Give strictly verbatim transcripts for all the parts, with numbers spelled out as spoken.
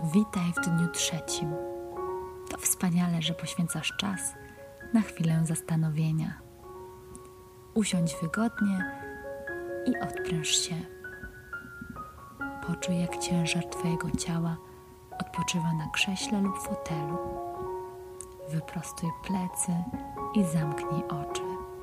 Witaj w dniu trzecim. To wspaniale, że poświęcasz czas na chwilę zastanowienia. Usiądź wygodnie i odpręż się. Poczuj, jak ciężar Twojego ciała odpoczywa na krześle lub fotelu. Wyprostuj plecy i zamknij oczy.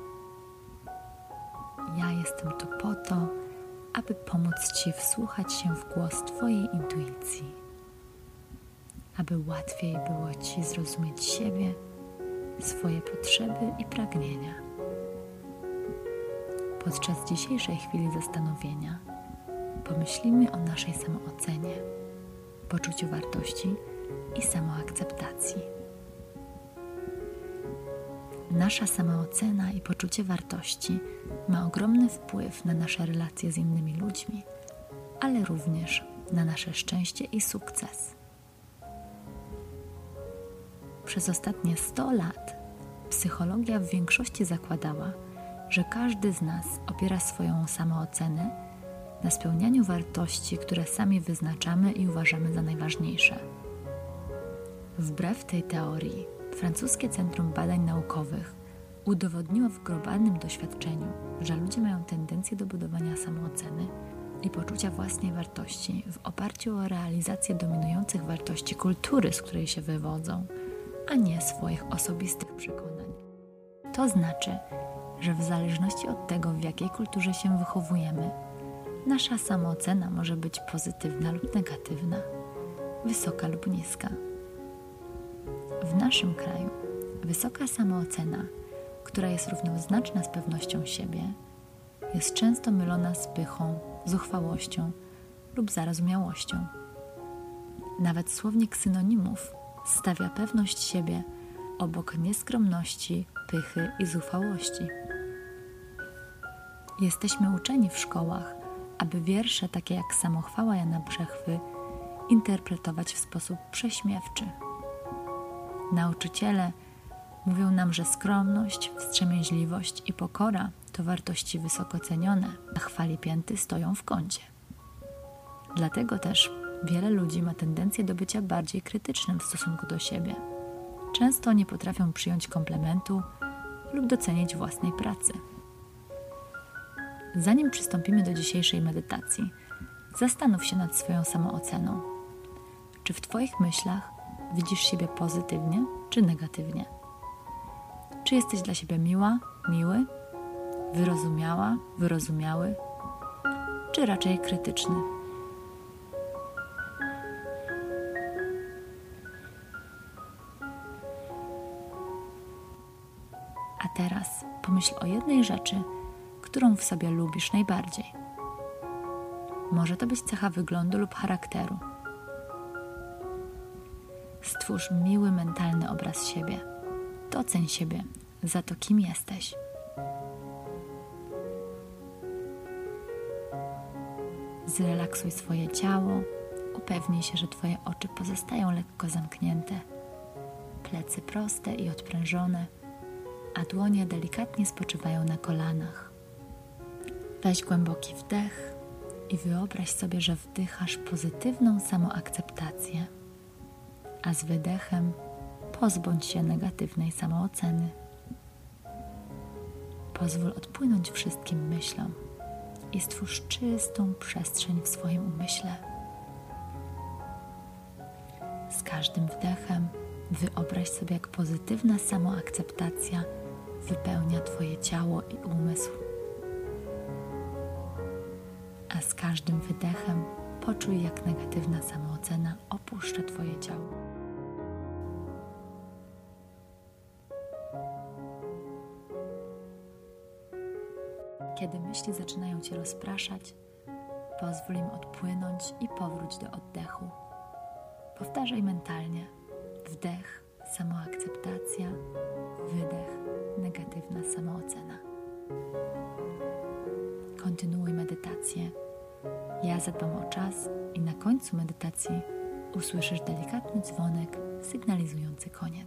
Ja jestem tu po to, aby pomóc Ci wsłuchać się w głos Twojej intuicji, aby łatwiej było Ci zrozumieć siebie, swoje potrzeby i pragnienia. Podczas dzisiejszej chwili zastanowienia pomyślimy o naszej samoocenie, poczuciu wartości i samoakceptacji. Nasza samoocena i poczucie wartości ma ogromny wpływ na nasze relacje z innymi ludźmi, ale również na nasze szczęście i sukces. Przez ostatnie sto lat psychologia w większości zakładała, że każdy z nas opiera swoją samoocenę na spełnianiu wartości, które sami wyznaczamy i uważamy za najważniejsze. Wbrew tej teorii, francuskie Centrum Badań Naukowych udowodniło w globalnym doświadczeniu, że ludzie mają tendencję do budowania samooceny i poczucia własnej wartości w oparciu o realizację dominujących wartości kultury, z której się wywodzą, a nie swoich osobistych przekonań. To znaczy, że w zależności od tego, w jakiej kulturze się wychowujemy, nasza samoocena może być pozytywna lub negatywna, wysoka lub niska. W naszym kraju wysoka samoocena, która jest równoznaczna z pewnością siebie, jest często mylona z pychą, zuchwałością lub zarozumiałością. Nawet słownik synonimów stawia pewność siebie obok nieskromności, pychy i zuchwałości. Jesteśmy uczeni w szkołach, aby wiersze takie jak Samochwała Jana Brzechwy interpretować w sposób prześmiewczy. Nauczyciele mówią nam, że skromność, wstrzemięźliwość i pokora to wartości wysoko cenione, a chwali pięty stoją w kącie. Dlatego też wiele ludzi ma tendencję do bycia bardziej krytycznym w stosunku do siebie. Często nie potrafią przyjąć komplementu lub docenić własnej pracy. Zanim przystąpimy do dzisiejszej medytacji, zastanów się nad swoją samooceną. Czy w Twoich myślach widzisz siebie pozytywnie czy negatywnie? Czy jesteś dla siebie miła, miły, wyrozumiała, wyrozumiały, czy raczej krytyczny? A teraz pomyśl o jednej rzeczy, którą w sobie lubisz najbardziej. Może to być cecha wyglądu lub charakteru. Stwórz miły mentalny obraz siebie. Doceń siebie za to, kim jesteś. Zrelaksuj swoje ciało. Upewnij się, że Twoje oczy pozostają lekko zamknięte, plecy proste i odprężone, a dłonie delikatnie spoczywają na kolanach. Weź głęboki wdech i wyobraź sobie, że wdychasz pozytywną samoakceptację, a z wydechem pozbądź się negatywnej samooceny. Pozwól odpłynąć wszystkim myślom i stwórz czystą przestrzeń w swoim umyśle. Z każdym wdechem wyobraź sobie, jak pozytywna samoakceptacja wypełnia Twoje ciało i umysł. A z każdym wydechem poczuj, jak negatywna samoocena opuszcza Twoje ciało. Kiedy myśli zaczynają Cię rozpraszać, pozwól im odpłynąć i powróć do oddechu. Powtarzaj mentalnie: wdech, samoakceptacja, wydech, negatywna samoocena. Kontynuuj medytację. Ja zadbam o czas i na końcu medytacji usłyszysz delikatny dzwonek sygnalizujący koniec.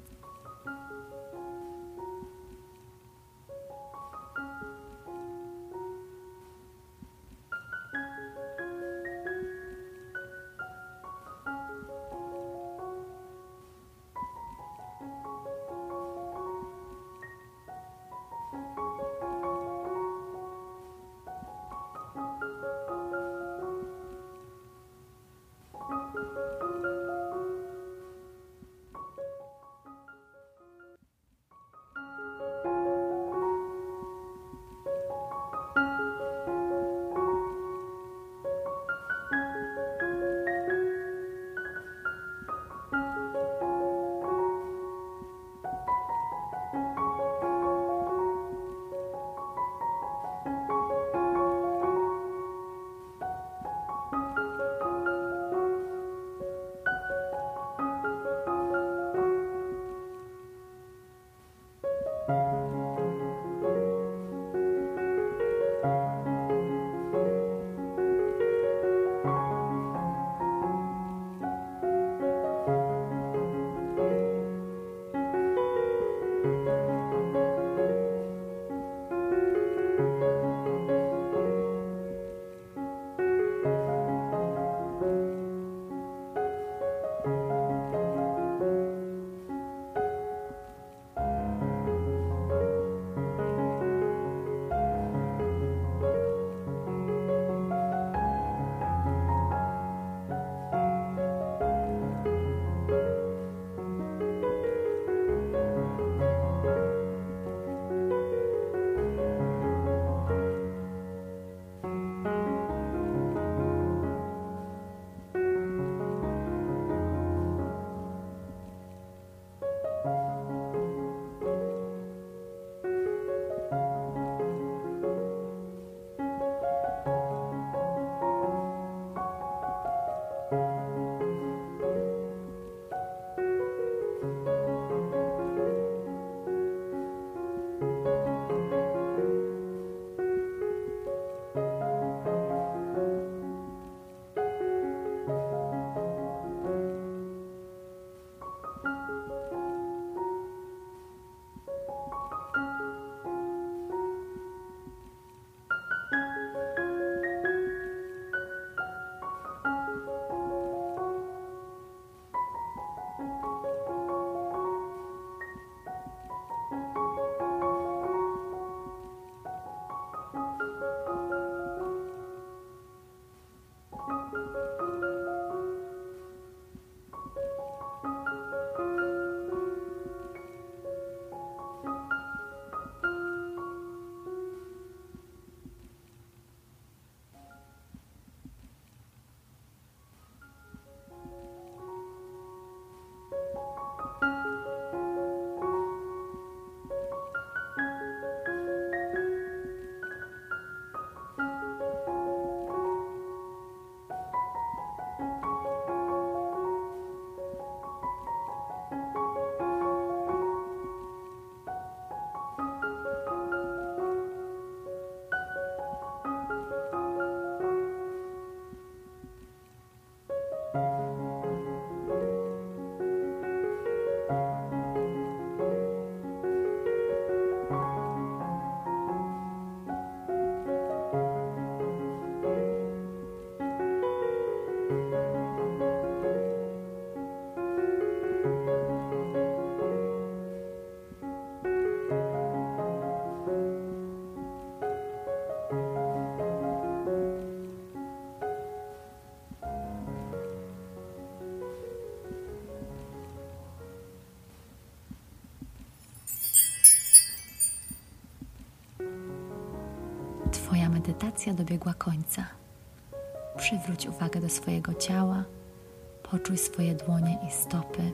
Twoja medytacja dobiegła końca. Przywróć uwagę do swojego ciała, poczuj swoje dłonie i stopy.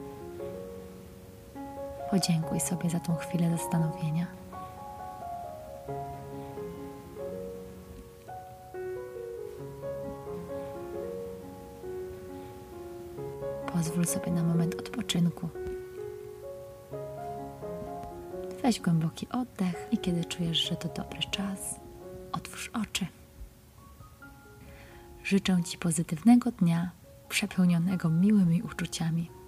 Podziękuj sobie za tą chwilę zastanowienia. Pozwól sobie na moment odpoczynku. Weź głęboki oddech i kiedy czujesz, że to dobry czas, otwórz oczy. Życzę Ci pozytywnego dnia, przepełnionego miłymi uczuciami.